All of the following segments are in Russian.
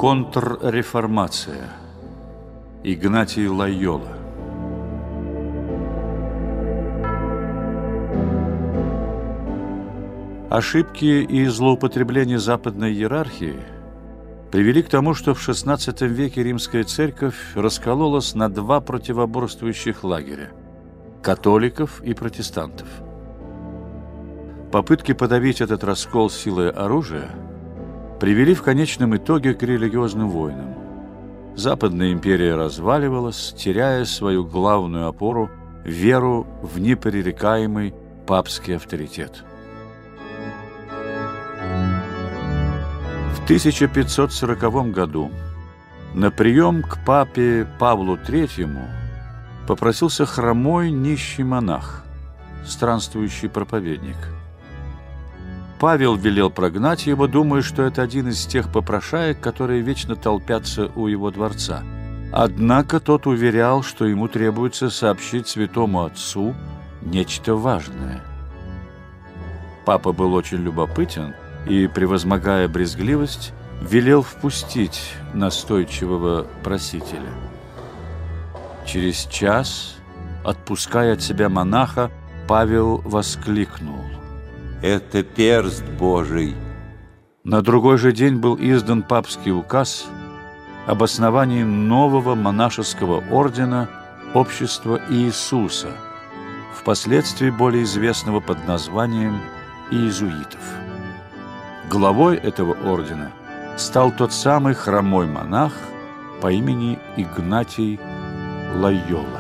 Контрреформация. Игнатий Лойола. Ошибки и злоупотребления западной иерархии привели к тому, что в XVI веке римская церковь раскололась на два противоборствующих лагеря – католиков и протестантов. Попытки подавить этот раскол силой оружия привели в конечном итоге к религиозным войнам. Западная империя разваливалась, теряя свою главную опору – веру в непререкаемый папский авторитет. В 1540 году на прием к папе Павлу III попросился хромой нищий монах, странствующий проповедник. Павел велел прогнать его, думая, что это один из тех попрошаек, которые вечно толпятся у его дворца. Однако тот уверял, что ему требуется сообщить святому отцу нечто важное. Папа был очень любопытен и, превозмогая брезгливость, велел впустить настойчивого просителя. Через час, отпуская от себя монаха, Павел воскликнул: «Это перст Божий!» На другой же день был издан папский указ об основании нового монашеского ордена Общества Иисуса, впоследствии более известного под названием иезуитов. Главой этого ордена стал тот самый хромой монах по имени Игнатий Лойола.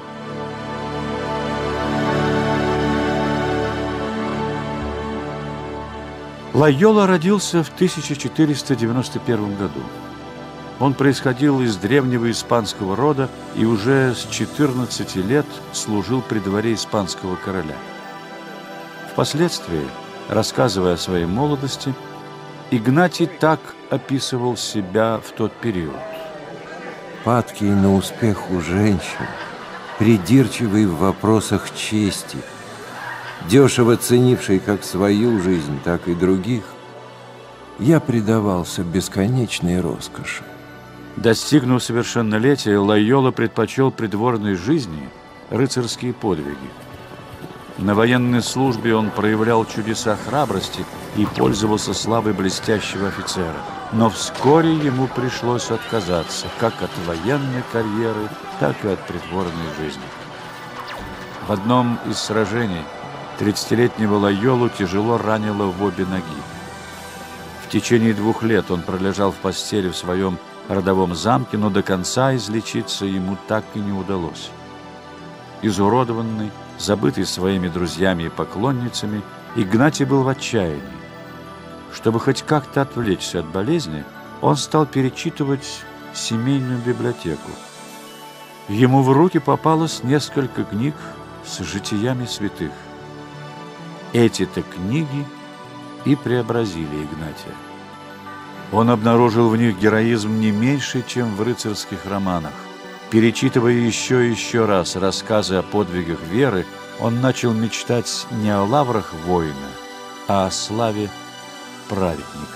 Лойола родился в 1491 году. Он происходил из древнего испанского рода и уже с 14 лет служил при дворе испанского короля. Впоследствии, рассказывая о своей молодости, Игнатий так описывал себя в тот период. Падкий на успех у женщин, придирчивый в вопросах чести, дешево ценивший как свою жизнь, так и других, я предавался бесконечной роскоши. Достигнув совершеннолетия, Лойола предпочел придворной жизни рыцарские подвиги. На военной службе он проявлял чудеса храбрости и пользовался славой блестящего офицера. Но вскоре ему пришлось отказаться как от военной карьеры, так и от придворной жизни. В одном из сражений 30-летнего Лойолу тяжело ранило в обе ноги. В течение 2 лет он пролежал в постели в своем родовом замке, но до конца излечиться ему так и не удалось. Изуродованный, забытый своими друзьями и поклонницами, Игнатий был в отчаянии. Чтобы хоть как-то отвлечься от болезни, он стал перечитывать семейную библиотеку. Ему в руки попалось несколько книг с житиями святых. Эти-то книги и преобразили Игнатия. Он обнаружил в них героизм не меньше, чем в рыцарских романах. Перечитывая еще и еще раз рассказы о подвигах веры, он начал мечтать не о лаврах воина, а о славе праведника.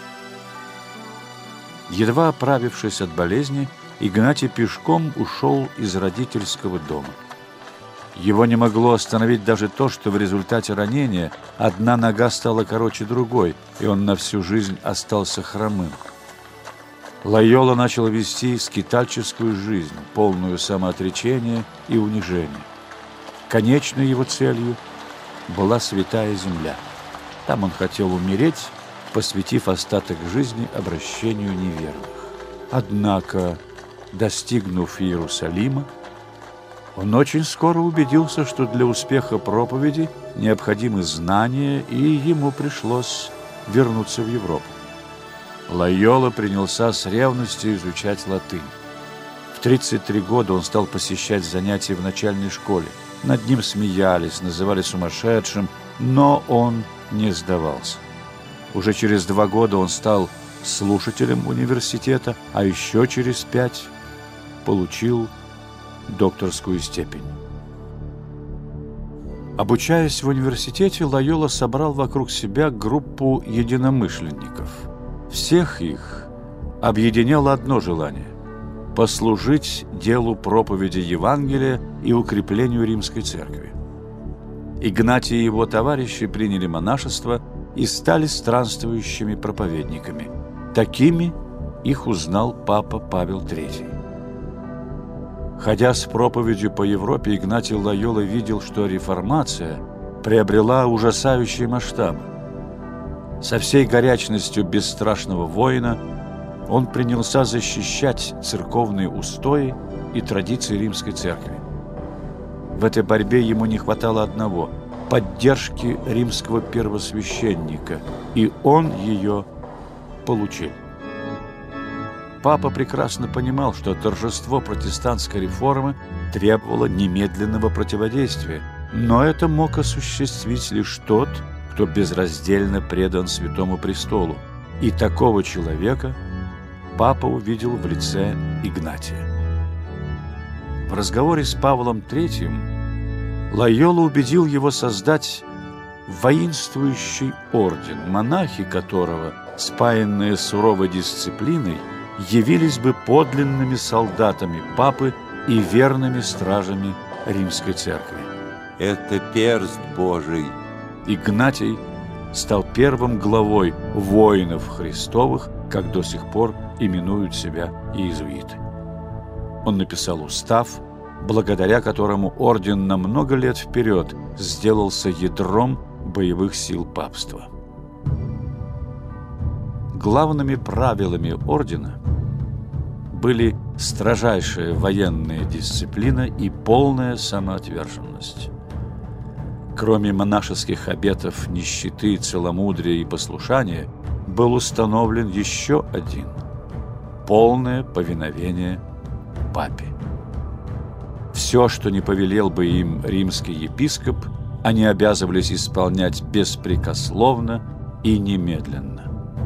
Едва оправившись от болезни, Игнатий пешком ушел из родительского дома. Его не могло остановить даже то, что в результате ранения одна нога стала короче другой, и он на всю жизнь остался хромым. Лойола начал вести скитальческую жизнь, полную самоотречения и унижения. Конечной его целью была Святая Земля. Там он хотел умереть, посвятив остаток жизни обращению неверных. Однако, достигнув Иерусалима, он очень скоро убедился, что для успеха проповеди необходимы знания, и ему пришлось вернуться в Европу. Лойола принялся с ревностью изучать латынь. В 33 года он стал посещать занятия в начальной школе. Над ним смеялись, называли сумасшедшим, но он не сдавался. Уже через 2 года он стал слушателем университета, а еще через 5 получил докторскую степень. Обучаясь в университете, Лойола собрал вокруг себя группу единомышленников. Всех их объединяло одно желание – послужить делу проповеди Евангелия и укреплению Римской Церкви. Игнатий и его товарищи приняли монашество и стали странствующими проповедниками. Такими их узнал папа Павел III. Ходя с проповедью по Европе, Игнатий Лойола видел, что реформация приобрела ужасающие масштабы. Со всей горячностью бесстрашного воина он принялся защищать церковные устои и традиции Римской Церкви. В этой борьбе ему не хватало одного – поддержки римского первосвященника, и он ее получил. Папа прекрасно понимал, что торжество протестантской реформы требовало немедленного противодействия, но это мог осуществить лишь тот, кто безраздельно предан Святому Престолу, и такого человека папа увидел в лице Игнатия. В разговоре с Павлом III Лойола убедил его создать воинствующий орден, монахи которого, спаянные суровой дисциплиной, явились бы подлинными солдатами папы и верными стражами Римской Церкви. Это перст Божий. Игнатий стал первым главой воинов Христовых, как до сих пор именуют себя иезуиты. Он написал устав, благодаря которому орден на много лет вперед сделался ядром боевых сил папства. Главными правилами ордена были строжайшая военная дисциплина и полная самоотверженность. Кроме монашеских обетов нищеты, целомудрия и послушания, был установлен еще один – полное повиновение папе. Все, что не повелел бы им римский епископ, они обязывались исполнять беспрекословно и немедленно.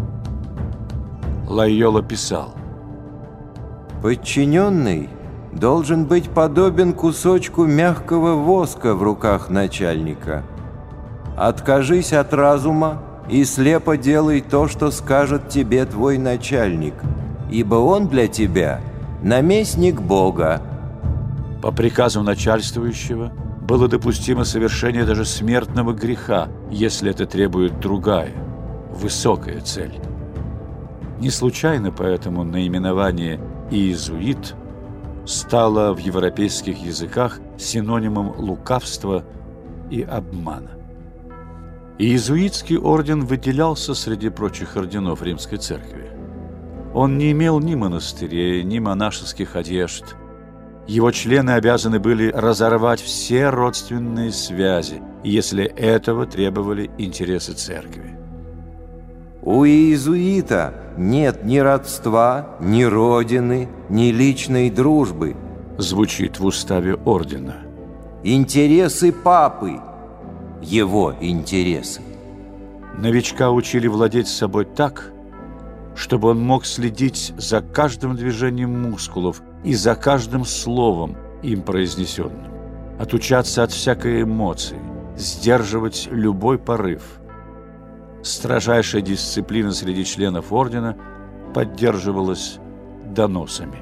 Лойола писал: «Подчиненный должен быть подобен кусочку мягкого воска в руках начальника. Откажись от разума и слепо делай то, что скажет тебе твой начальник, ибо он для тебя наместник Бога». По приказу начальствующего было допустимо совершение даже смертного греха, если это требует другая, высокая цель. Не случайно поэтому наименование «иезуит» стало в европейских языках синонимом лукавства и обмана. Иезуитский орден выделялся среди прочих орденов Римской Церкви. Он не имел ни монастырей, ни монашеских одежд. Его члены обязаны были разорвать все родственные связи, если этого требовали интересы церкви. У иезуита нет ни родства, ни родины, ни личной дружбы. Звучит в уставе ордена. Интересы папы – его интересы. Новичка учили владеть собой так, чтобы он мог следить за каждым движением мускулов и за каждым словом, им произнесенным, отучаться от всякой эмоции, сдерживать любой порыв. Строжайшая дисциплина среди членов ордена поддерживалась доносами.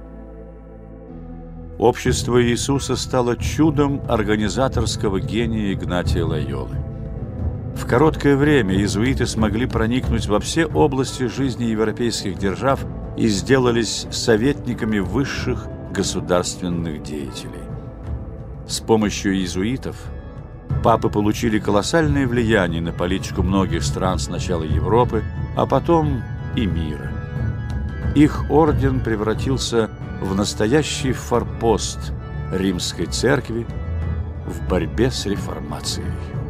Общество Иисуса стало чудом организаторского гения Игнатия Лойолы. В короткое время иезуиты смогли проникнуть во все области жизни европейских держав и сделались советниками высших государственных деятелей. С помощью иезуитов папы получили колоссальное влияние на политику многих стран сначала Европы, а потом и мира. Их орден превратился в настоящий форпост Римской Церкви в борьбе с реформацией.